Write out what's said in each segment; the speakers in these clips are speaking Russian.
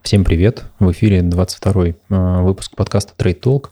Всем привет! В эфире 22-й выпуск подкаста Trade Talk.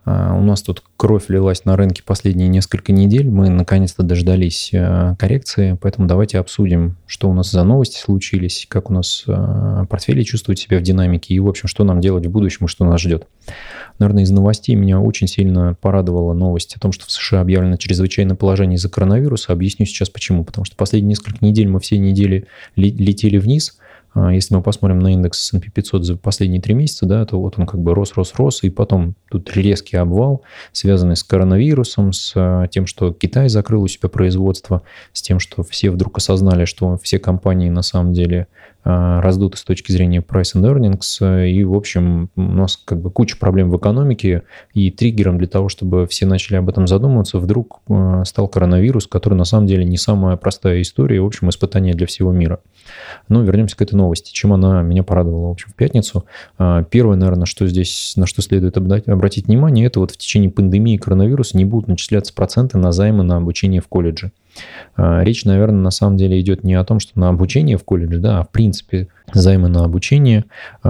У нас тут кровь лилась на рынке последние несколько недель. Мы наконец-то дождались коррекции, поэтому давайте обсудим, что у нас за новости случились, как у нас портфели чувствуют себя в динамике и, в общем, что нам делать в будущем и что нас ждет. Наверное, из новостей меня очень сильно порадовала новость о том, что в США объявлено чрезвычайное положение из-за коронавируса. Объясню сейчас почему. Потому что последние несколько недель мы все недели летели вниз. Если мы посмотрим на индекс S&P 500 за последние 3 месяца, да, то вот он как бы рос, и потом тут резкий обвал, связанный с коронавирусом, с тем, что Китай закрыл у себя производство, с тем, что все вдруг осознали, что все компании на самом деле раздуты с точки зрения price and earnings, и, в общем, у нас как бы куча проблем в экономике, и триггером для того, чтобы все начали об этом задумываться, вдруг стал коронавирус, который на самом деле не самая простая история, и, в общем, испытание для всего мира. Но вернемся к этой новости. Чем она меня порадовала, в общем, в пятницу? Первое, наверное, что здесь, на что следует обратить внимание, это вот в течение пандемии коронавируса не будут начисляться проценты на займы на обучение в колледже. Речь, наверное, на самом деле идет не о том, что на обучение в колледже, да, а в принципе займы на обучение.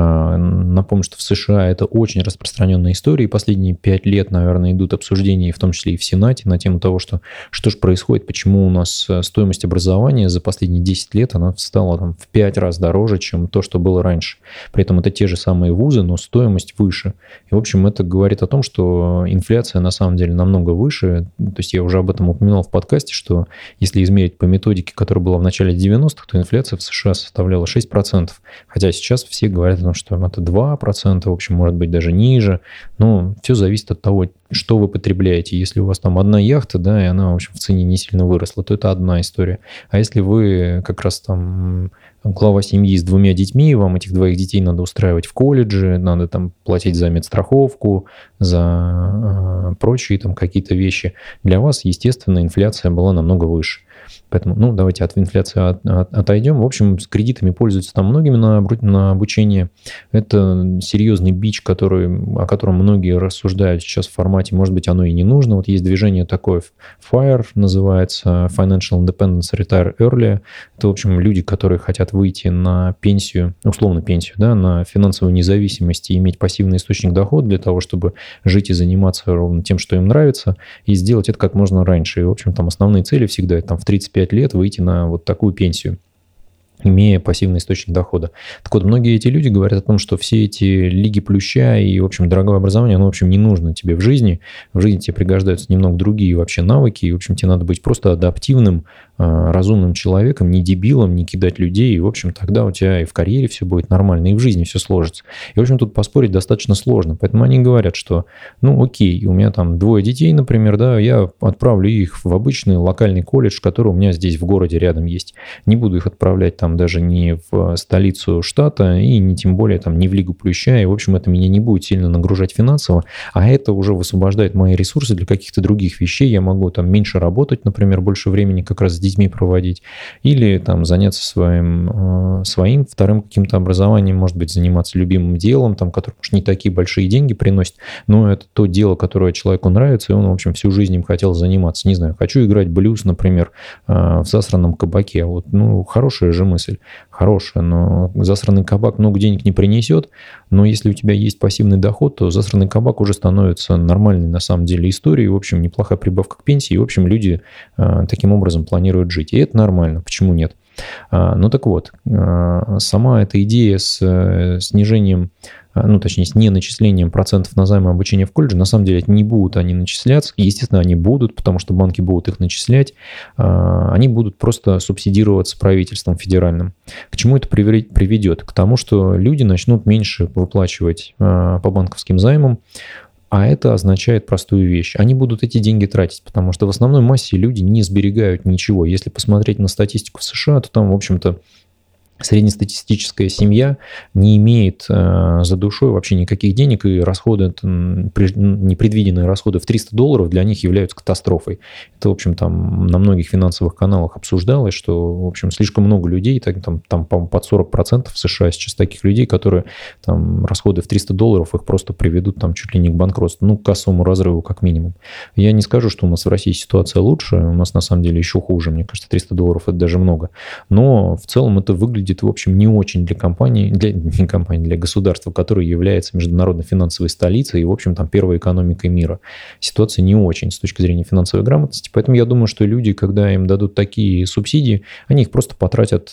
Напомню, что в США это очень распространенная история, и последние 5 лет, наверное, идут обсуждения, в том числе и в Сенате, на тему того, что же происходит, почему у нас стоимость образования за последние 10 лет, она стала там, в 5 раз дороже, чем то, что было раньше. При этом это те же самые вузы, но стоимость выше. И, в общем, это говорит о том, что инфляция на самом деле намного выше. То есть я уже об этом упоминал в подкасте, что если измерить по методике, которая была в начале 90-х, то инфляция в США составляла 6%. Хотя сейчас все говорят о том, что это 2%, в общем, может быть, даже ниже. Но все зависит от того, что вы потребляете. Если у вас там одна яхта, да, и она, в общем, в цене не сильно выросла, то это одна история. А если вы как раз там глава семьи с 2 детьми, вам этих 2 детей надо устраивать в колледже, надо там платить за медстраховку, за прочие там какие-то вещи, для вас, естественно, инфляция была намного выше. Поэтому, давайте от инфляции отойдем. В общем, с кредитами пользуются там многими на обучение. Это серьезный бич, о котором многие рассуждают сейчас в формате, может быть, оно и не нужно. Вот есть движение такое, FIRE называется, Financial Independence Retire Early. Это, в общем, люди, которые хотят выйти на пенсию, условно пенсию, да, на финансовую независимость и иметь пассивный источник дохода для того, чтобы жить и заниматься ровно тем, что им нравится, и сделать это как можно раньше. И, в общем, там основные цели всегда это там в 35 лет выйти на вот такую пенсию, имея пассивный источник дохода. Так вот, многие эти люди говорят о том, что все эти лиги плюща и, в общем, дорогое образование, оно, в общем, не нужно тебе в жизни. В жизни тебе пригождаются немного другие вообще навыки, и, в общем, тебе надо быть просто адаптивным, разумным человеком, не дебилом, не кидать людей, и, в общем, тогда у тебя и в карьере все будет нормально, и в жизни все сложится. И, в общем, тут поспорить достаточно сложно. Поэтому они говорят, что, окей, у меня там 2 детей, например, да, я отправлю их в обычный локальный колледж, который у меня здесь в городе рядом есть. Не буду их отправлять там даже не в столицу штата и не тем более там не в Лигу Плюща, и, в общем, это меня не будет сильно нагружать финансово, а это уже высвобождает мои ресурсы для каких-то других вещей. Я могу там меньше работать, например, больше времени как раз с детьми проводить, или там заняться своим вторым каким-то образованием, может быть, заниматься любимым делом, там, которое, может, не такие большие деньги приносит, но это то дело, которое человеку нравится, и он, в общем, всю жизнь им хотел заниматься. Не знаю, хочу играть блюз, например, в засранном кабаке. Вот, хорошая же мысль, хорошая, но засранный кабак много денег не принесет, но если у тебя есть пассивный доход, то засранный кабак уже становится нормальной на самом деле историей, в общем, неплохая прибавка к пенсии, и, в общем, люди таким образом планируют жить, и это нормально, почему нет? Так вот, сама эта идея с снижением, точнее, с неначислением процентов на займы обучения в колледже, на самом деле это не будут они начисляться. Естественно, они будут, потому что банки будут их начислять. Они будут просто субсидироваться правительством федеральным. К чему это приведет? К тому, что люди начнут меньше выплачивать по банковским займам, а это означает простую вещь. Они будут эти деньги тратить, потому что в основной массе люди не сберегают ничего. Если посмотреть на статистику в США, то там, в общем-то, среднестатистическая семья не имеет за душой вообще никаких денег, и расходы, непредвиденные расходы в $300 для них являются катастрофой. Это, в общем, там на многих финансовых каналах обсуждалось, что, в общем, слишком много людей, там по-моему, под 40% в США сейчас таких людей, которые там расходы в $300 их просто приведут там чуть ли не к банкротству, к кассовому разрыву как минимум. Я не скажу, что у нас в России ситуация лучше, у нас на самом деле еще хуже, мне кажется, $300 это даже много, но в целом это выглядит выглядит, в общем, не очень для компании, не компании, для государства, которое является международной финансовой столицей и, в общем, там первой экономикой мира. Ситуация не очень с точки зрения финансовой грамотности, поэтому я думаю, что люди, когда им дадут такие субсидии, они их просто потратят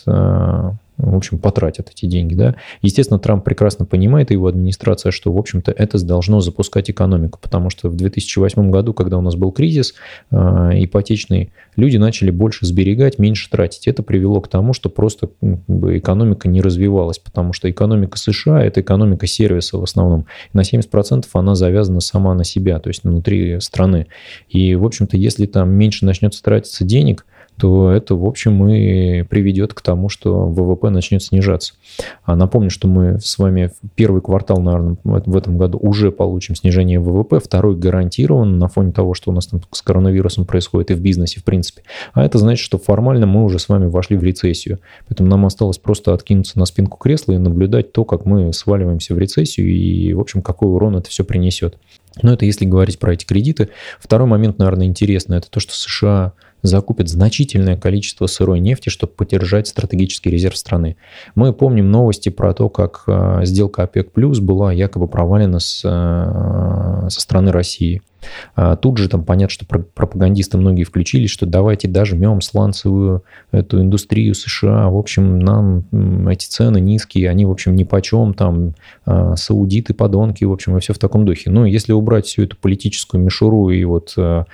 эти деньги, да. Естественно, Трамп прекрасно понимает, и его администрация, что, в общем-то, это должно запускать экономику, потому что в 2008 году, когда у нас был кризис ипотечный, люди начали больше сберегать, меньше тратить. Это привело к тому, что просто экономика не развивалась, потому что экономика США – это экономика сервиса в основном. На 70% она завязана сама на себя, то есть внутри страны. И, в общем-то, если там меньше начнется тратиться денег, то это, в общем, и приведет к тому, что ВВП начнет снижаться. Напомню, что мы с вами в первый квартал, наверное, в этом году уже получим снижение ВВП, второй гарантирован на фоне того, что у нас там с коронавирусом происходит и в бизнесе, в принципе. А это значит, что формально мы уже с вами вошли в рецессию. Поэтому нам осталось просто откинуться на спинку кресла и наблюдать то, как мы сваливаемся в рецессию и, в общем, какой урон это все принесет. Но это если говорить про эти кредиты. Второй момент, наверное, интересный, это то, что США закупят значительное количество сырой нефти, чтобы поддержать стратегический резерв страны. Мы помним новости про то, как сделка ОПЕК+ была якобы провалена со стороны России. Тут же там понятно, что пропагандисты многие включились, что давайте дожмем сланцевую эту индустрию США. В общем, нам эти цены низкие, они, в общем, нипочем, там саудиты, подонки, в общем, и все в таком духе. Ну, если убрать всю эту политическую мишуру и вот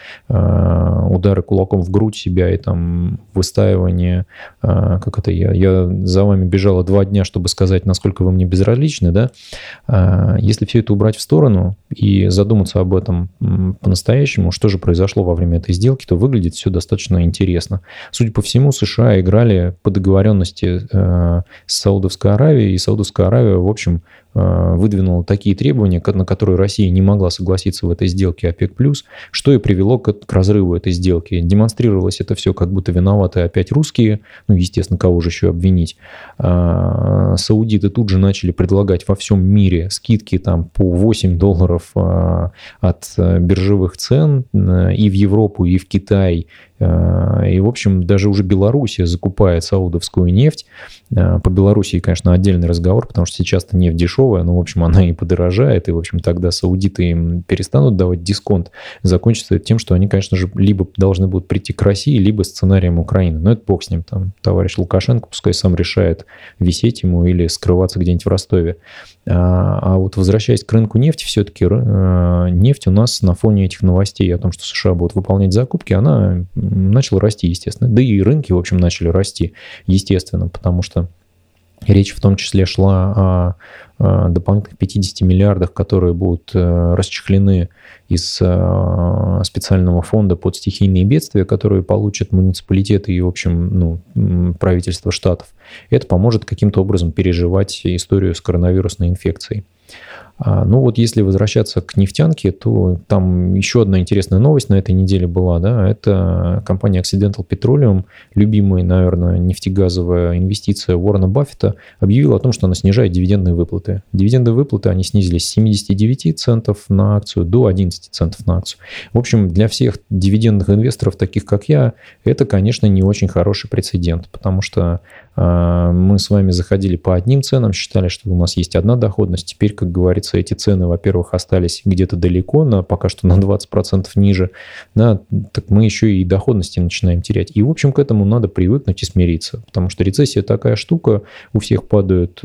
удары кулаком в грудь себя и там выстаивание, как это я за вами бежала 2 дня, чтобы сказать, насколько вы мне безразличны, да, если все это убрать в сторону и задуматься об этом по-настоящему, что же произошло во время этой сделки, то выглядит все достаточно интересно. Судя по всему, США играли по договоренности с Саудовской Аравией, и Саудовская Аравия, в общем, выдвинула такие требования, на которые Россия не могла согласиться в этой сделке ОПЕК+, что и привело к разрыву этой сделки. Демонстрировалось это все, как будто виноваты опять русские, ну, естественно, кого же еще обвинить. Саудиты тут же начали предлагать во всем мире скидки там по $8 от биржевых цен и в Европу, и в Китай. И, в общем, даже уже Белоруссия закупает саудовскую нефть. По Белоруссии, конечно, отдельный разговор, потому что сейчас-то нефть дешевая, но, в общем, она и подорожает, и, в общем, тогда саудиты им перестанут давать дисконт. Закончится это тем, что они, конечно же, либо должны будут прийти к России, либо сценарием Украины. Но это бог с ним, там, товарищ Лукашенко, пускай сам решает, висеть ему или скрываться где-нибудь в Ростове. А вот возвращаясь к рынку нефти, все-таки нефть у нас на фоне этих новостей о том, что США будут выполнять закупки, она начала расти, естественно. Да и рынки, в общем, начали расти, естественно, потому что речь в том числе шла о дополнительных 50 миллиардах, которые будут расчехлены из специального фонда под стихийные бедствия, которые получат муниципалитеты и, в общем, правительство штатов. Это поможет каким-то образом переживать историю с коронавирусной инфекцией. Ну вот если возвращаться к нефтянке, то там еще одна интересная новость на этой неделе была, да, это компания Occidental Petroleum, любимая, наверное, нефтегазовая инвестиция Уоррена Баффета, объявила о том, что она снижает дивидендные выплаты. Дивидендные выплаты, они снизились с 79 центов на акцию до 11 центов на акцию. В общем, для всех дивидендных инвесторов, таких как я, это, конечно, не очень хороший прецедент, потому что мы с вами заходили по одним ценам, считали, что у нас есть одна доходность. Теперь, как говорится, эти цены, во-первых, остались где-то далеко, пока что на 20% ниже, да, так мы еще и доходности начинаем терять. И, в общем, к этому надо привыкнуть и смириться, потому что рецессия такая штука, у всех падает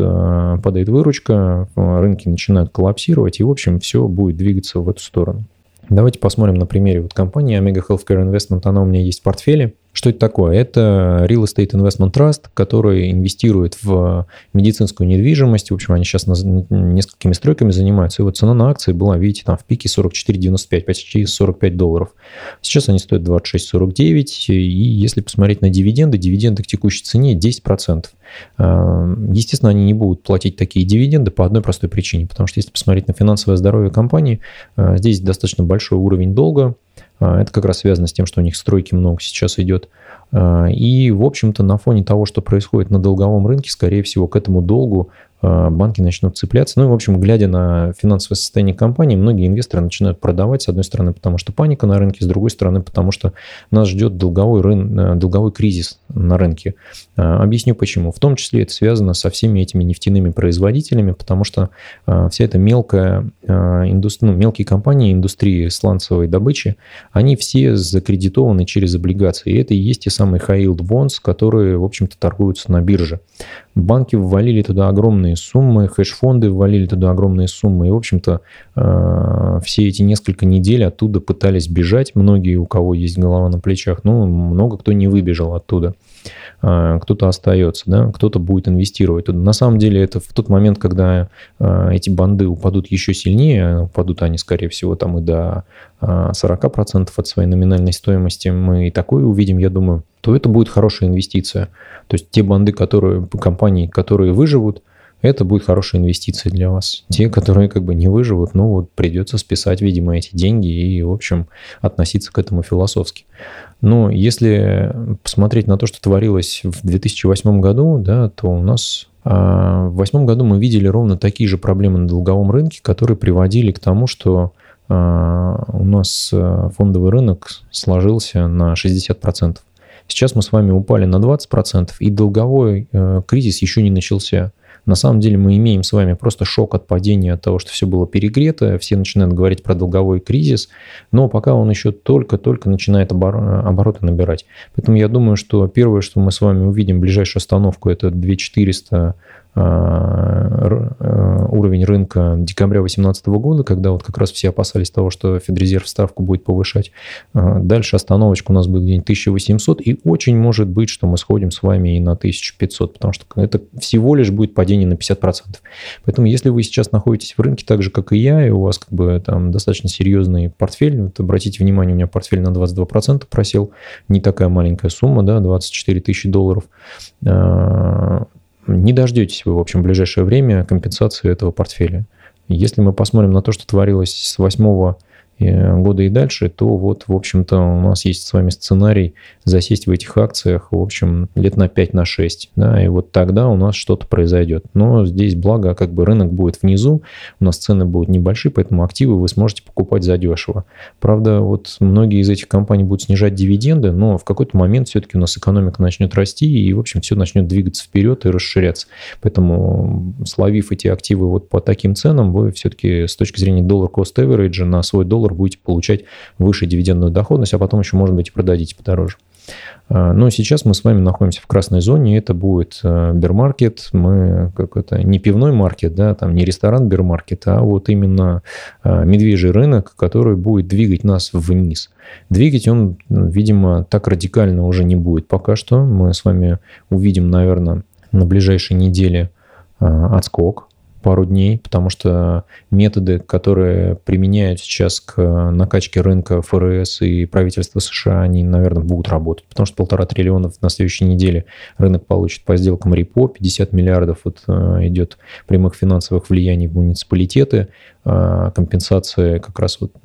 выручка, рынки начинают коллапсировать, и, в общем, все будет двигаться в эту сторону. Давайте посмотрим на примере вот компании Omega Healthcare Investment, она у меня есть в портфеле. Что это такое? Это Real Estate Investment Trust, который инвестирует в медицинскую недвижимость. В общем, они сейчас несколькими стройками занимаются. И вот цена на акции была, видите, там в пике $44.95, почти $45. Сейчас они стоят $26.49. И если посмотреть на дивиденды к текущей цене 10%. Естественно, они не будут платить такие дивиденды по одной простой причине. Потому что если посмотреть на финансовое здоровье компании, здесь достаточно большой уровень долга. Это как раз связано с тем, что у них стройки много сейчас идет. И, в общем-то, на фоне того, что происходит на долговом рынке, скорее всего, к этому долгу банки начнут цепляться. Ну и, в общем, глядя на финансовое состояние компании, многие инвесторы начинают продавать, с одной стороны, потому что паника на рынке, с другой стороны, потому что нас ждет долговой кризис на рынке. Объясню почему. В том числе это связано со всеми этими нефтяными производителями, потому что вся эта мелкие компании индустрии сланцевой добычи, они все закредитованы через облигации. И это и есть те самые high-yield bonds, которые, в общем-то, торгуются на бирже. Банки ввалили туда огромные суммы, хедж-фонды ввалили туда огромные суммы. И, в общем-то, все эти несколько недель оттуда пытались бежать. Многие, у кого есть голова на плечах, но много кто не выбежал оттуда. Кто-то остается, да, кто-то будет инвестировать туда. На самом деле это в тот момент, когда эти банды упадут еще сильнее, упадут они, скорее всего, там и до 40% от своей номинальной стоимости, мы и такое увидим, я думаю, то это будет хорошая инвестиция. То есть те банды, компании, которые выживут, это будет хорошая инвестиция для вас. Те, которые как бы не выживут, ну вот придется списать, видимо, эти деньги и, в общем, относиться к этому философски. Но если посмотреть на то, что творилось в 2008 году, да, то у нас в 2008 году мы видели ровно такие же проблемы на долговом рынке, которые приводили к тому, что у нас фондовый рынок сложился на 60%. Сейчас мы с вами упали на 20%, и долговой кризис еще не начался. На самом деле мы имеем с вами просто шок от падения, от того, что все было перегрето, все начинают говорить про долговой кризис, но пока он еще только-только начинает обороты набирать. Поэтому я думаю, что первое, что мы с вами увидим, ближайшую остановку, это 2400 уровень рынка декабря 2018 года, когда вот как раз все опасались того, что Федрезерв ставку будет повышать. Дальше остановочка у нас будет где-нибудь 1800, и очень может быть, что мы сходим с вами и на 1500, потому что это всего лишь будет падение на 50%. Поэтому если вы сейчас находитесь в рынке так же, как и я, и у вас как бы там достаточно серьезный портфель, вот обратите внимание, у меня портфель на 22% просел, не такая маленькая сумма, да, 24 тысячи долларов, не дождетесь вы, в общем, в ближайшее время компенсации этого портфеля. Если мы посмотрим на то, что творилось с 2008 года и дальше, то вот, в общем-то, у нас есть с вами сценарий засесть в этих акциях, в общем, лет на 5-6, да, и вот тогда у нас что-то произойдет. Но здесь, благо, как бы рынок будет внизу, у нас цены будут небольшие, поэтому активы вы сможете покупать задешево. Правда, вот многие из этих компаний будут снижать дивиденды, но в какой-то момент все-таки у нас экономика начнет расти, и, в общем, все начнет двигаться вперед и расширяться. Поэтому, словив эти активы вот по таким ценам, вы все-таки с точки зрения dollar-cost average на свой доллар будете получать выше дивидендную доходность, а потом еще, может быть, и продадите подороже. Но сейчас мы с вами находимся в красной зоне, это будет бирмаркет, мы не пивной маркет, да, там не ресторан бирмаркет, а вот именно медвежий рынок, который будет двигать нас вниз. Двигать он, видимо, так радикально уже не будет пока что. Мы с вами увидим, наверное, на ближайшей неделе отскок пару дней, потому что методы, которые применяют сейчас к накачке рынка ФРС и правительства США, они, наверное, будут работать, потому что 1,5 триллиона на следующей неделе рынок получит по сделкам репо, 50 миллиардов вот идет прямых финансовых влияний в муниципалитеты, компенсация как раз вот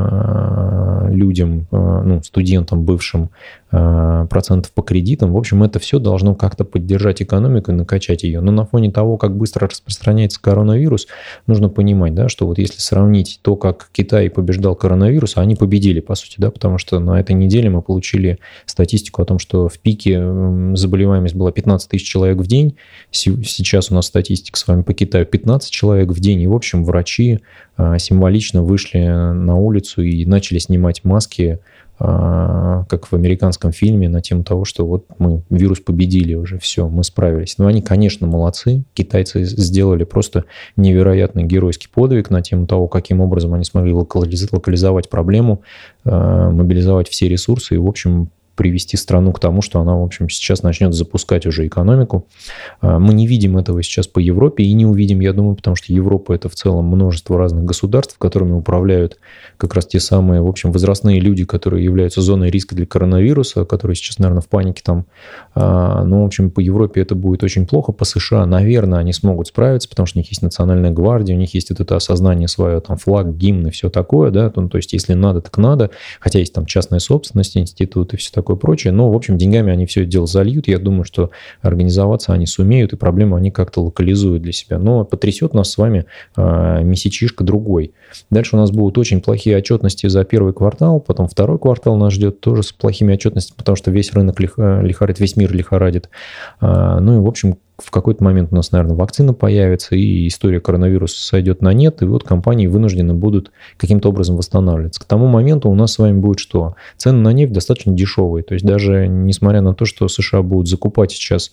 людям, студентам бывшим, процентов по кредитам. В общем, это все должно как-то поддержать экономику и накачать ее. Но на фоне того, как быстро распространяется коронавирус, нужно понимать, да, что вот если сравнить то, как Китай побеждал коронавирус, они победили, по сути, да, потому что на этой неделе мы получили статистику о том, что в пике заболеваемость была 15 тысяч человек в день. Сейчас у нас статистика с вами по Китаю 15 человек в день. И, в общем, врачи символично вышли на улицу и начали снимать маски, как в американском фильме, на тему того, что вот мы вирус победили уже, все, мы справились. Но они, конечно, молодцы. Китайцы сделали просто невероятный геройский подвиг на тему того, каким образом они смогли локализовать проблему, мобилизовать все ресурсы и, в общем, привести страну к тому, что она, в общем, сейчас начнет запускать уже экономику. Мы не видим этого сейчас по Европе и не увидим, я думаю, потому что Европа – это в целом множество разных государств, которыми управляют как раз те самые, в общем, возрастные люди, которые являются зоной риска для коронавируса, которые сейчас, наверное, в панике там. Но, в общем, по Европе это будет очень плохо. По США, наверное, они смогут справиться, потому что у них есть национальная гвардия, у них есть вот это осознание свое, там, флаг, гимн и все такое, да, то есть если надо, так надо, хотя есть там частная собственность, институт и все такое. такое прочее. Но, в общем, деньгами они все это дело зальют. Я думаю, что организоваться они сумеют, и проблему они как-то локализуют для себя. Но потрясет нас с вами месячишка другой. Дальше у нас будут очень плохие отчетности за первый квартал, потом второй квартал нас ждет тоже с плохими отчетностями, потому что весь рынок лихорадит, весь мир лихорадит. Ну и, в общем, в какой-то момент у нас, наверное, вакцина появится, и история коронавируса сойдет на нет, и вот компании вынуждены будут каким-то образом восстанавливаться. К тому моменту у нас с вами будет что? Цены на нефть достаточно дешевые. То есть даже несмотря на то, что США будут закупать сейчас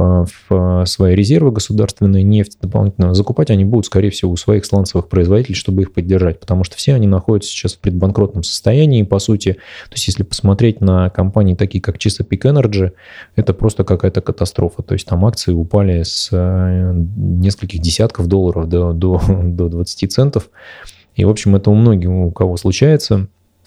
в свои резервы государственные нефть дополнительно, закупать они будут, скорее всего, у своих сланцевых производителей, чтобы их поддержать, потому что все они находятся сейчас в предбанкротном состоянии, по сути. То есть если посмотреть на компании, такие как Chesapeake Energy, это просто какая-то катастрофа. То есть там акции упали с нескольких десятков долларов до 20 центов. И, в общем, это у многих, у кого случается.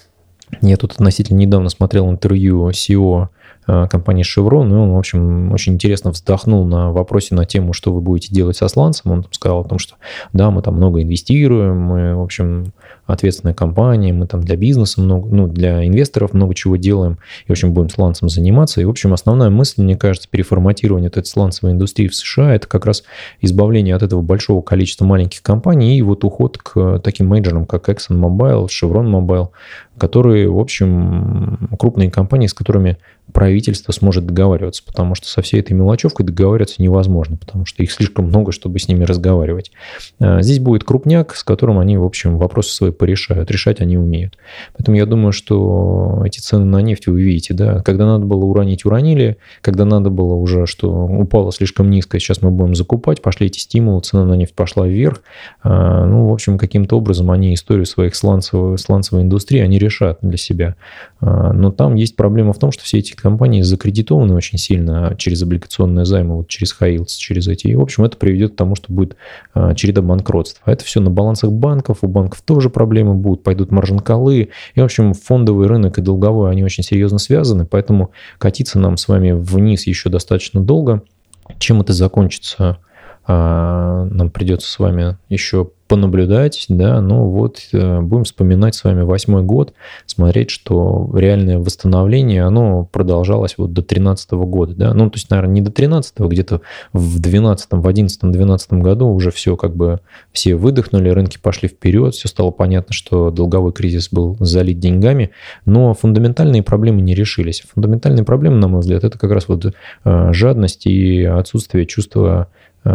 Я тут относительно недавно смотрел интервью CEO компании Chevron, и он, в общем, очень интересно вздохнул на вопросе на тему, что вы будете делать со сланцем. Он там сказал о том, что да, мы там много инвестируем, мы, в общем, ответственная компания, мы там для бизнеса много, ну, для инвесторов много чего делаем, и, в общем, будем сланцем заниматься. И, в общем, основная мысль, мне кажется, переформатирование этой сланцевой индустрии в США, это как раз избавление от этого большого количества маленьких компаний и вот уход к таким мейджорам, как ExxonMobil, Chevron Mobile, которые, в общем, крупные компании, с которыми правительство сможет договариваться, потому что со всей этой мелочевкой договариваться невозможно, потому что их слишком много, чтобы с ними разговаривать. Здесь будет крупняк, с которым они, в общем, вопросы свои порешают. Решать они умеют. Поэтому я думаю, что эти цены на нефть вы видите, да, когда надо было уронить, уронили, когда надо было уже, что упало слишком низко, сейчас мы будем закупать, пошли эти стимулы, цена на нефть пошла вверх. Ну, в общем, каким-то образом они историю своих сланцевой индустрии, они решат для себя. Но там есть проблема в том, что все эти компании закредитованы очень сильно через облигационные займы, вот через high yields, через эти. И, в общем, это приведет к тому, что будет череда банкротств. А это все на балансах банков. У банков тоже проблемы будут, пойдут маржин-коллы. И, в общем, фондовый рынок и долговой, они очень серьезно связаны, поэтому катиться нам с вами вниз еще достаточно долго. Чем это закончится, нам придется с вами еще понаблюдать, да, ну вот будем вспоминать с вами 2008 год, смотреть, что реальное восстановление, оно продолжалось вот до 2013 года, да, ну, то есть, наверное, не до 2013, где-то в 2012, в 2011, 2012 году уже все как бы, все выдохнули, рынки пошли вперед, все стало понятно, что долговой кризис был залит деньгами, но фундаментальные проблемы не решились. Фундаментальные проблемы, на мой взгляд, это как раз вот жадность и отсутствие чувства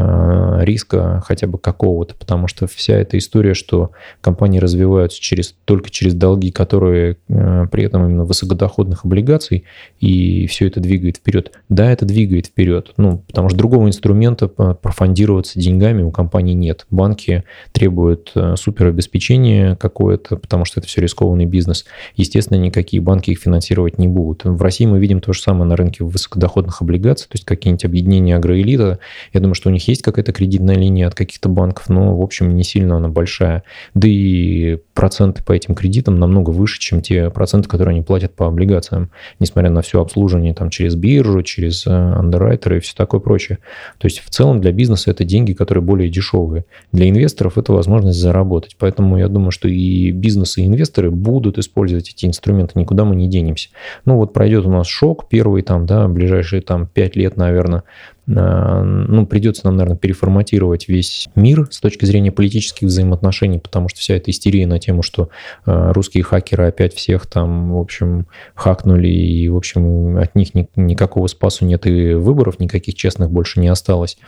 риска хотя бы какого-то, потому что вся эта история, что компании развиваются только через долги, которые при этом именно высокодоходных облигаций, и все это двигает вперед. Да, это двигает вперед, ну, потому что другого инструмента профондироваться деньгами у компаний нет. Банки требуют суперобеспечения какое-то, потому что это все рискованный бизнес. Естественно, никакие банки их финансировать не будут. В России мы видим то же самое на рынке высокодоходных облигаций, то есть какие-нибудь объединения агроэлита. Я думаю, что у них есть какая-то кредитная линия от каких-то банков, но, в общем, не сильно она большая. Да и проценты по этим кредитам намного выше, чем те проценты, которые они платят по облигациям, несмотря на все обслуживание там, через биржу, через андеррайтеры и все такое прочее. То есть, в целом, для бизнеса это деньги, которые более дешевые. Для инвесторов это возможность заработать. Поэтому я думаю, что и бизнес, и инвесторы будут использовать эти инструменты, никуда мы не денемся. Ну, вот пройдет у нас шок первый, там, да, ближайшие там, 5 лет, наверное, ну, придется нам, наверное, переформатировать весь мир с точки зрения политических взаимоотношений, потому что вся эта истерия на тему, что русские хакеры опять всех там, в общем, хакнули, и, в общем, от них никакого спасу нет, и выборов никаких честных больше не осталось.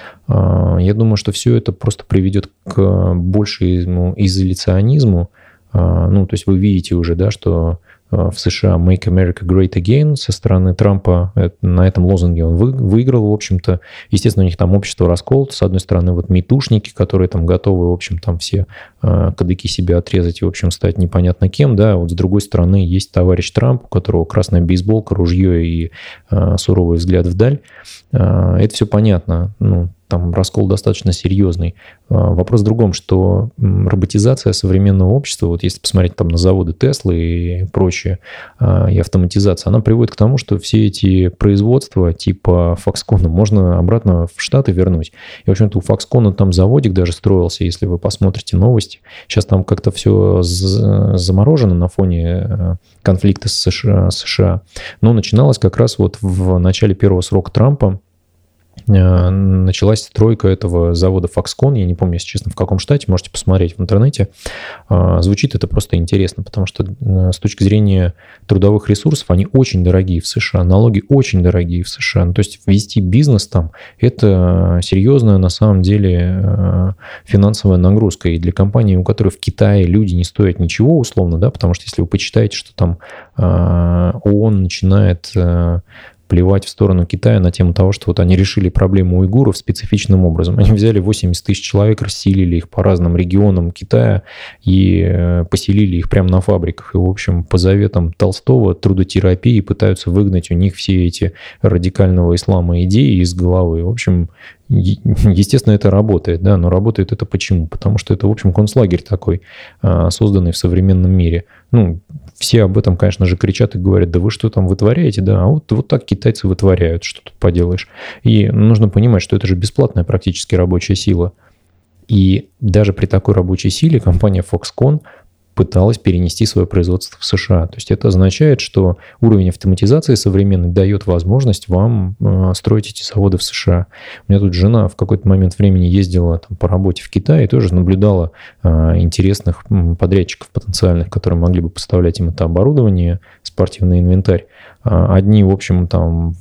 Я думаю, что все это просто приведет к большему изоляционизму. Ну, то есть вы видите уже, да, что в США «Make America Great Again» со стороны Трампа, на этом лозунге он выиграл, в общем-то. Естественно, у них там общество расколото. С одной стороны, вот митушники, которые там готовы, в общем, там все кадыки себе отрезать и, в общем, стать непонятно кем, да. Вот с другой стороны, есть товарищ Трамп, у которого красная бейсболка, ружье и суровый взгляд вдаль. Это все понятно, ну, там раскол достаточно серьезный. Вопрос в другом, что роботизация современного общества, вот если посмотреть там на заводы Теслы и прочее, будущее и автоматизация, она приводит к тому, что все эти производства типа Foxconn можно обратно в Штаты вернуть. И, в общем-то, у Foxconn там заводик даже строился, если вы посмотрите новости. Сейчас там как-то все заморожено на фоне конфликта с США. Но начиналось как раз вот в начале первого срока Трампа. Началась стройка этого завода Foxconn. Я не помню, если честно, в каком штате. Можете посмотреть в интернете. Звучит это просто интересно, потому что с точки зрения трудовых ресурсов они очень дорогие в США. Налоги очень дорогие в США. Ну, то есть вести бизнес там – это серьезная на самом деле финансовая нагрузка. И для компании, у которой в Китае люди не стоят ничего условно, да, потому что если вы почитаете, что там ООН начинает плевать в сторону Китая на тему того, что вот они решили проблему уйгуров специфичным образом. Они взяли 80 тысяч человек, расселили их по разным регионам Китая и поселили их прямо на фабриках. И, в общем, по заветам Толстого трудотерапии пытаются выгнать у них все эти радикального ислама идеи из головы. В общем, естественно, это работает, да, но работает это почему? Потому что это, в общем, концлагерь такой, созданный в современном мире. Ну, все об этом, конечно же, кричат и говорят, да вы что там вытворяете, да, а вот так китайцы вытворяют, что тут поделаешь. И нужно понимать, что это же бесплатная практически рабочая сила. И даже при такой рабочей силе компания Foxconn пыталась перенести свое производство в США. То есть это означает, что уровень автоматизации современный дает возможность вам строить эти заводы в США. У меня тут жена в какой-то момент времени ездила там по работе в Китай и тоже наблюдала интересных подрядчиков потенциальных, которые могли бы поставлять им это оборудование, спортивный инвентарь. Одни, в общем, там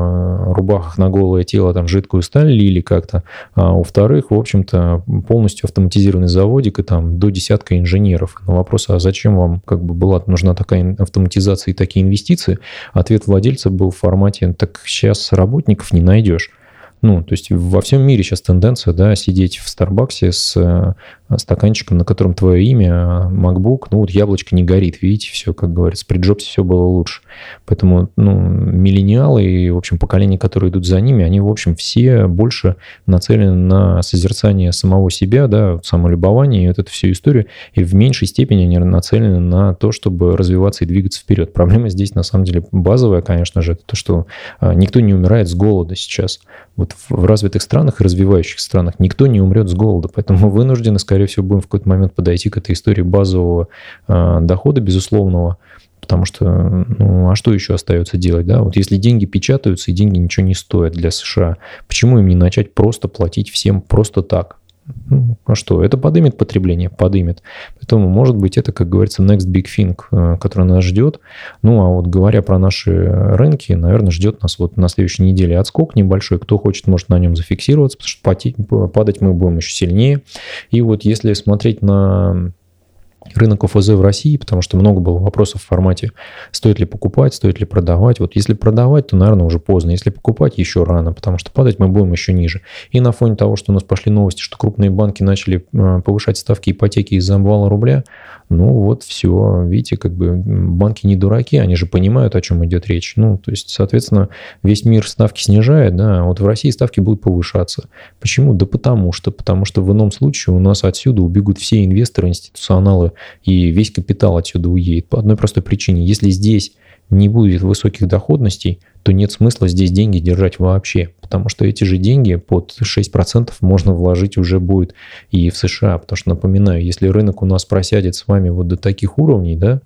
в рубахах на голое тело там жидкую сталь лили как-то, а у вторых, в общем-то, полностью автоматизированный заводик и там до десятка инженеров. На вопрос, а зачем вам как бы была нужна такая автоматизация и такие инвестиции, ответ владельца был в формате, так сейчас работников не найдешь. Ну, то есть во всем мире сейчас тенденция, да, сидеть в Старбаксе с стаканчиком, на котором твое имя, MacBook, ну, вот яблочко не горит, видите, все, как говорится, при Джобсе все было лучше. Поэтому, ну, миллениалы и, в общем, поколения, которые идут за ними, они, в общем, все больше нацелены на созерцание самого себя, да, самолюбование, и вот эту всю историю, и в меньшей степени они нацелены на то, чтобы развиваться и двигаться вперед. Проблема здесь, на самом деле, базовая, конечно же, это то, что никто не умирает с голода сейчас. Вот в развитых странах и развивающих странах никто не умрет с голода, поэтому мы вынуждены, скорее всего, будем в какой-то момент подойти к этой истории базового дохода безусловного, потому что, ну, а что еще остается делать, да? Вот если деньги печатаются и деньги ничего не стоят для США, почему им не начать просто платить всем просто так? Ну, а что, это подымет потребление? Подымет. Поэтому, может быть, это, как говорится, next big thing, который нас ждет. Ну, а вот говоря про наши рынки, наверное, ждет нас вот на следующей неделе отскок небольшой. Кто хочет, может на нем зафиксироваться, потому что падать мы будем еще сильнее. И вот если смотреть на рынок ОФЗ в России, потому что много было вопросов в формате, стоит ли покупать, стоит ли продавать. Вот если продавать, то, наверное, уже поздно. Если покупать, еще рано, потому что падать мы будем еще ниже. И на фоне того, что у нас пошли новости, что крупные банки начали повышать ставки ипотеки из-за обвала рубля, ну вот все, видите, как бы банки не дураки, они же понимают, о чем идет речь. Ну, то есть, соответственно, весь мир ставки снижает, да, а вот в России ставки будут повышаться. Почему? Да потому что в ином случае у нас отсюда убегут все инвесторы, институционалы, и весь капитал отсюда уедет. По одной простой причине. Если здесь не будет высоких доходностей, то нет смысла здесь деньги держать вообще. Потому что эти же деньги под 6% можно вложить уже будет и в США. Потому что, напоминаю, если рынок у нас просядет с вами вот до таких уровней, да,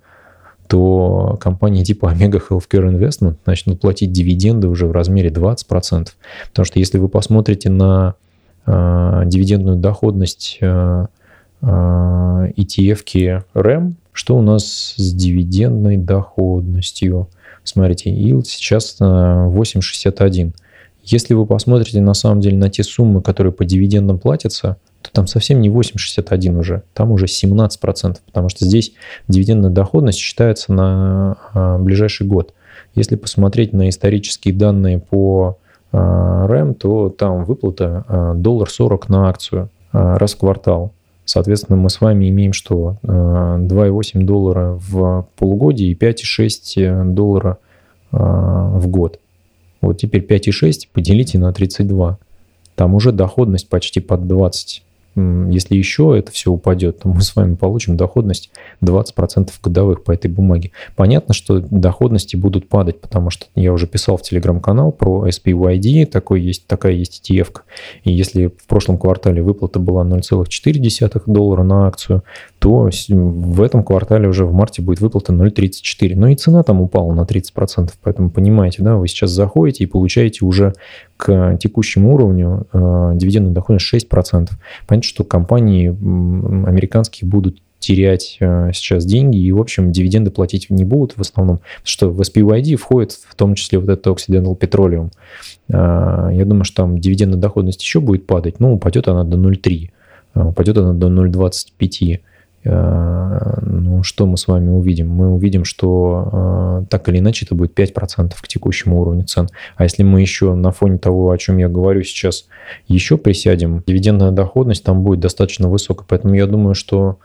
то компании типа Omega Healthcare Investment начнут платить дивиденды уже в размере 20%. Потому что если вы посмотрите на дивидендную доходность ETF-ки REM, что у нас с дивидендной доходностью? Смотрите, yield сейчас 8,61. Если вы посмотрите на самом деле на те суммы, которые по дивидендам платятся, то там совсем не 8,61 уже, там уже 17%, потому что здесь дивидендная доходность считается на ближайший год. Если посмотреть на исторические данные по REM, то там выплата $1.40 на акцию раз в квартал. Соответственно, мы с вами имеем что? $2,8 в полугодие и $5,6 в год. Вот теперь 5,6 поделите на 32. Там уже доходность почти под 20. если еще это все упадет, то мы с вами получим доходность 20% годовых по этой бумаге. Понятно, что доходности будут падать, потому что я уже писал в Telegram-канал про SPYD, такая есть ETF. И если в прошлом квартале выплата была $0,4 на акцию, то в этом квартале уже в марте будет выплата 0,34. Но и цена там упала на 30%, поэтому понимаете, да, вы сейчас заходите и получаете уже к текущему уровню дивидендную доходность 6%. Понятно, что компании американские будут терять сейчас деньги и, в общем, дивиденды платить не будут в основном, потому что в SPYD входит в том числе вот этот Occidental Petroleum. Я думаю, что там дивидендная доходность еще будет падать, но упадет она до 0,3, упадет она до 0,25. Ну, что мы с вами увидим? Мы увидим, что так или иначе это будет 5% к текущему уровню цен. А если мы еще на фоне того, о чем я говорю сейчас, еще присядем, дивидендная доходность там будет достаточно высокая. Поэтому я думаю, что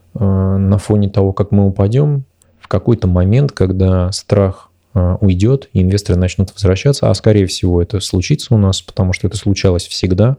на фоне того, как мы упадем, в какой-то момент, когда страх уйдет, и инвесторы начнут возвращаться, а скорее всего это случится у нас, потому что это случалось всегда.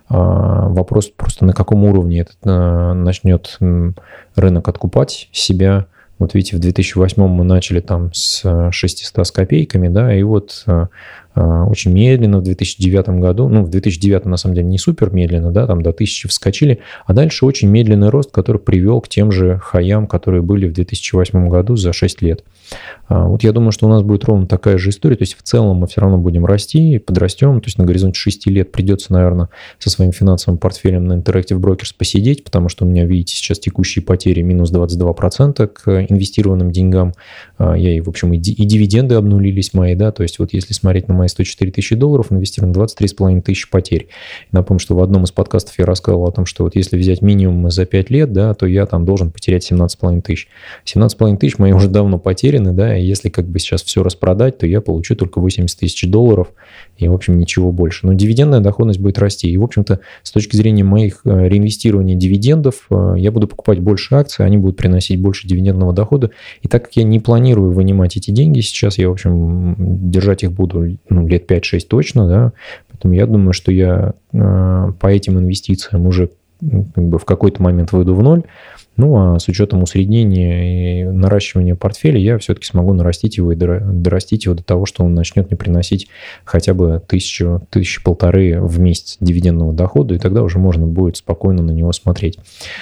Вопрос просто на каком уровне начнет рынок откупать себя. Вот видите, в 2008 мы начали там с 600 с копейками, да, и вот очень медленно в 2009 году, ну, в 2009 на самом деле не супер медленно, да, там до 1000 вскочили, а дальше очень медленный рост, который привел к тем же хаям, которые были в 2008 году за 6 лет. Вот я думаю, что у нас будет ровно такая же история, то есть в целом мы все равно будем расти, подрастем, то есть на горизонте 6 лет придется, наверное, со своим финансовым портфелем на Interactive Brokers посидеть, потому что у меня, видите, сейчас текущие потери минус 22% к инвестированным деньгам, в общем, и дивиденды обнулились мои, да, то есть вот если смотреть на мои 104 тысячи долларов, инвестировано 23,5 тысячи потерь. Напомню, что в одном из подкастов я рассказывал о том, что вот если взять минимум за 5 лет, да, то я там должен потерять 17,5 тысяч. 17,5 тысяч мои уже давно потеряны, да, и если как бы сейчас все распродать, то я получу только 80 тысяч долларов и, в общем, ничего больше. Но дивидендная доходность будет расти. И, в общем-то, с точки зрения моих реинвестирования дивидендов, я буду покупать больше акций, они будут приносить больше дивидендного дохода. И так как я не планирую вынимать эти деньги сейчас, я, в общем, держать их буду лет 5-6 точно, да, поэтому я думаю, что я по этим инвестициям уже как бы в какой-то момент выйду в ноль. Ну, а с учетом усреднения и наращивания портфеля я все-таки смогу нарастить его и дорастить его до того, что он начнет мне приносить хотя бы 1000-1500 в месяц дивидендного дохода, и тогда уже можно будет спокойно на него смотреть.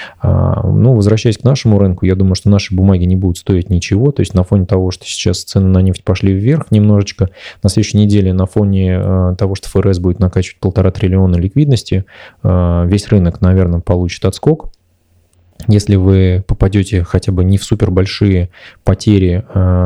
Ну, возвращаясь к нашему рынку, я думаю, что наши бумаги не будут стоить ничего, то есть на фоне того, что сейчас цены на нефть пошли вверх немножечко, на следующей неделе на фоне того, что ФРС будет накачивать 1,5 триллиона ликвидности, весь рынок, наверное, получит отскок. Если вы попадете хотя бы не в супер большие потери,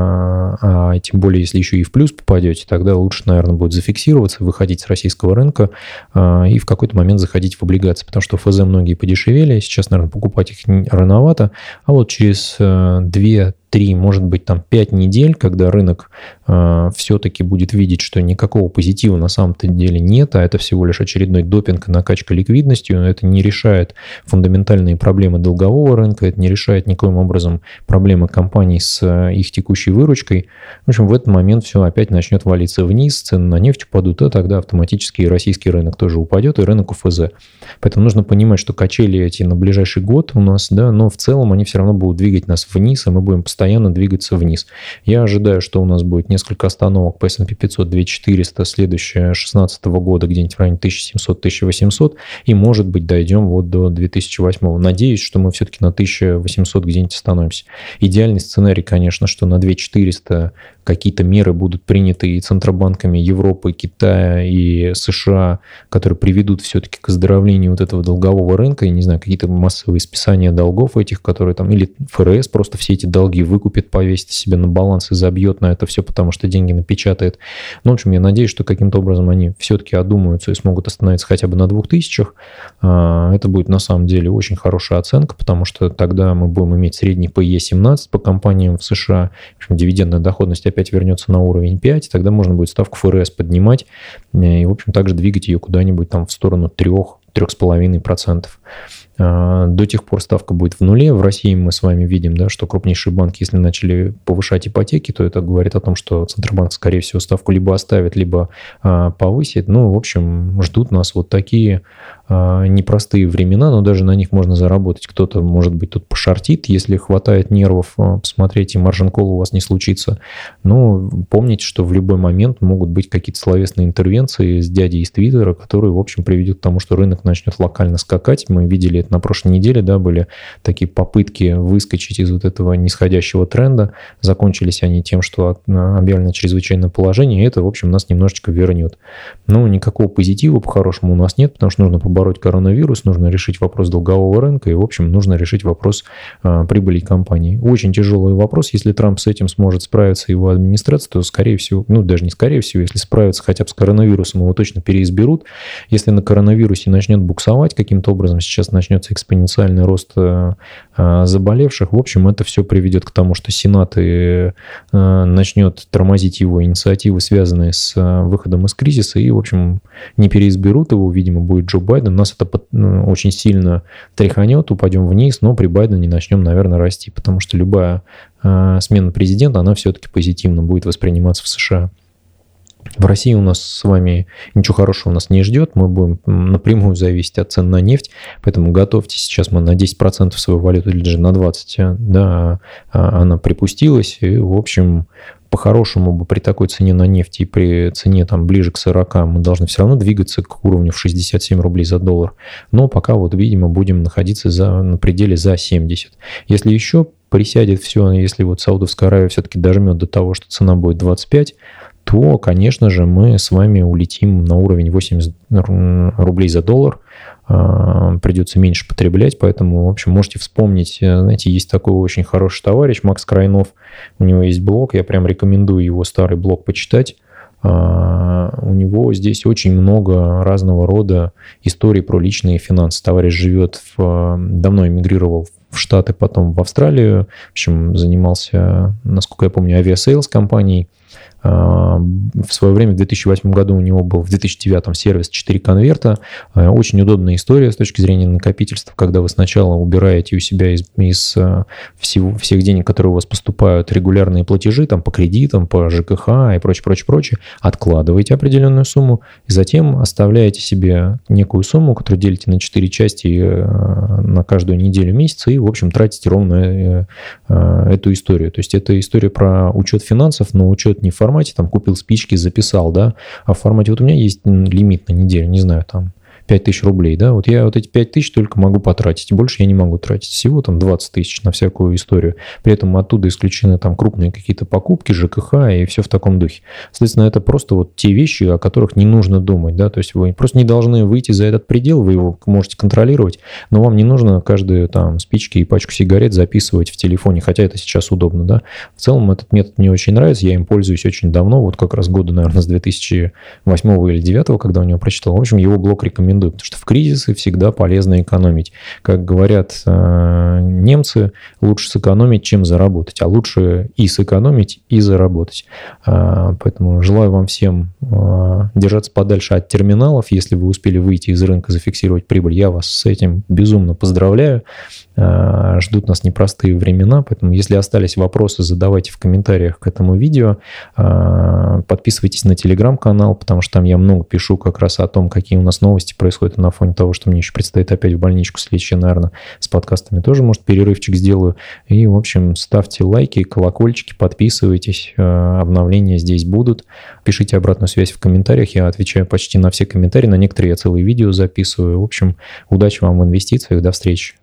а тем более, если еще и в плюс попадете, тогда лучше, наверное, будет зафиксироваться, выходить с российского рынка и в какой-то момент заходить в облигации, потому что ФЗ многие подешевели, сейчас, наверное, покупать их рановато, а вот через 2-3, может быть, там 5 недель, когда рынок все-таки будет видеть, что никакого позитива на самом-то деле нет, а это всего лишь очередной допинг и накачка ликвидностью, это не решает фундаментальные проблемы долгового рынка, это не решает никоим образом проблемы компаний с их текущей выручкой. В общем, в этот момент все опять начнет валиться вниз, цены на нефть упадут, а тогда автоматически и российский рынок тоже упадет, и рынок УФЗ. Поэтому нужно понимать, что качели эти на ближайший год у нас, да, но в целом они все равно будут двигать нас вниз, и мы будем постоянно двигаться вниз. Я ожидаю, что у нас будет несколько остановок по S&P 500, 2400, следующее 2016 года где-нибудь в районе 1700-1800, и, может быть, дойдем вот до 2008. Надеюсь, что мы все-таки на 1800 где-нибудь остановимся. Идеальный сценарий, конечно, что на 2400 какие-то меры будут приняты и центробанками Европы, Китая и США, которые приведут все-таки к оздоровлению вот этого долгового рынка, и, не знаю, какие-то массовые списания долгов этих, которые там, или ФРС просто все эти долги выкупит, повесит себе на баланс и забьет на это все, потому что деньги напечатает. Ну, в общем, я надеюсь, что каким-то образом они все-таки одумаются и смогут остановиться хотя бы на 2000. Это будет на самом деле очень хорошая оценка, потому что тогда мы будем иметь средний PE-17 по компаниям в США. В общем, дивидендная доходность опять вернется на уровень 5, тогда можно будет ставку ФРС поднимать и, в общем, также двигать ее куда-нибудь там в сторону 3-3,5%. До тех пор ставка будет в нуле. В России мы с вами видим, да, что крупнейшие банки, если начали повышать ипотеки, то это говорит о том, что Центробанк, скорее всего, ставку либо оставит, либо повысит. Ну, в общем, ждут нас вот такие непростые времена, но даже на них можно заработать. Кто-то, может быть, тут пошортит, если хватает нервов, посмотрите, маржин-колл у вас не случится. Но помните, что в любой момент могут быть какие-то словесные интервенции с дядей из Твиттера, которые, в общем, приведут к тому, что рынок начнет локально скакать. Мы видели это на прошлой неделе, да, были такие попытки выскочить из вот этого нисходящего тренда. Закончились они тем, что объявлено чрезвычайное положение, и это, в общем, нас немножечко вернет. Но никакого позитива по-хорошему у нас нет, потому что нужно побороть коронавирус, нужно решить вопрос долгового рынка и, в общем, нужно решить вопрос прибыли компании. Очень тяжелый вопрос. Если Трамп с этим сможет справиться, его администрация, то, скорее всего, ну, даже не скорее всего, если справится хотя бы с коронавирусом, его точно переизберут. Если на коронавирусе начнет буксовать каким-то образом, сейчас начнется экспоненциальный рост заболевших, в общем, это все приведет к тому, что Сенат начнет тормозить его инициативы, связанные с выходом из кризиса, и, в общем, не переизберут его, видимо, будет Джо Байден. Нас это очень сильно тряханет, упадем вниз, но при Байдене начнем, наверное, расти, потому что любая смена президента, она все-таки позитивно будет восприниматься в США. В России у нас с вами ничего хорошего нас не ждет, мы будем напрямую зависеть от цен на нефть, поэтому готовьтесь, сейчас мы на 10% свою валюту или даже на 20%, да, она припустилась, и, в общем, по-хорошему бы при такой цене на нефть и при цене там ближе к 40 мы должны все равно двигаться к уровню в 67 рублей за доллар. Но пока вот, видимо, будем находиться на пределе за 70. Если еще присядет все, если вот Саудовская Аравия все-таки дожмет до того, что цена будет 25, то, конечно же, мы с вами улетим на уровень 80 рублей за доллар. Придется меньше потреблять, поэтому, в общем, можете вспомнить, знаете, есть такой очень хороший товарищ Макс Крайнов, у него есть блог, я прям рекомендую его старый блог почитать. У него здесь очень много разного рода историй про личные финансы. Товарищ живет давно эмигрировал в Штаты, потом в Австралию, в общем, занимался, насколько я помню, авиасейлс компанией. В свое время, в 2008 году у него был, в 2009 сервис 4 конверта. Очень удобная история с точки зрения накопительства, когда вы сначала убираете у себя из всех денег, которые у вас поступают, регулярные платежи там, по кредитам, по ЖКХ и прочее, откладываете определенную сумму, и затем оставляете себе некую сумму, которую делите на 4 части на каждую неделю месяца, и, в общем, тратите ровно эту историю. То есть это история про учет финансов, но учет не в формате, там, купил спички, записал, да, а в формате, вот у меня есть лимит на неделю, не знаю, там, 5000 рублей, да, вот я вот эти 5000 только могу потратить, больше я не могу тратить, всего там 20 тысяч на всякую историю, при этом оттуда исключены там крупные какие-то покупки, ЖКХ и все в таком духе. Соответственно, это просто вот те вещи, о которых не нужно думать, да, то есть вы просто не должны выйти за этот предел, вы его можете контролировать, но вам не нужно каждую там спички и пачку сигарет записывать в телефоне, хотя это сейчас удобно, да. В целом этот метод мне очень нравится, я им пользуюсь очень давно, вот как раз года, наверное, с 2008 или 2009, когда у него прочитал. В общем, его блог рекомендую, потому что в кризисы всегда полезно экономить. Как говорят немцы, лучше сэкономить, чем заработать, а лучше и сэкономить, и заработать. Поэтому желаю вам всем держаться подальше от терминалов. Если вы успели выйти из рынка, зафиксировать прибыль, я вас с этим безумно поздравляю. Ждут нас непростые времена, поэтому если остались вопросы, задавайте в комментариях к этому видео. Подписывайтесь на телеграм-канал, потому что там я много пишу как раз о том, какие у нас новости происходят на фоне того, что мне еще предстоит опять в больничку слечь. Я, наверное, с подкастами тоже, может, перерывчик сделаю. И, в общем, ставьте лайки, колокольчики, подписывайтесь. Обновления здесь будут. Пишите обратную связь в комментариях. Я отвечаю почти на все комментарии. На некоторые я целые видео записываю. В общем, удачи вам в инвестициях. До встречи.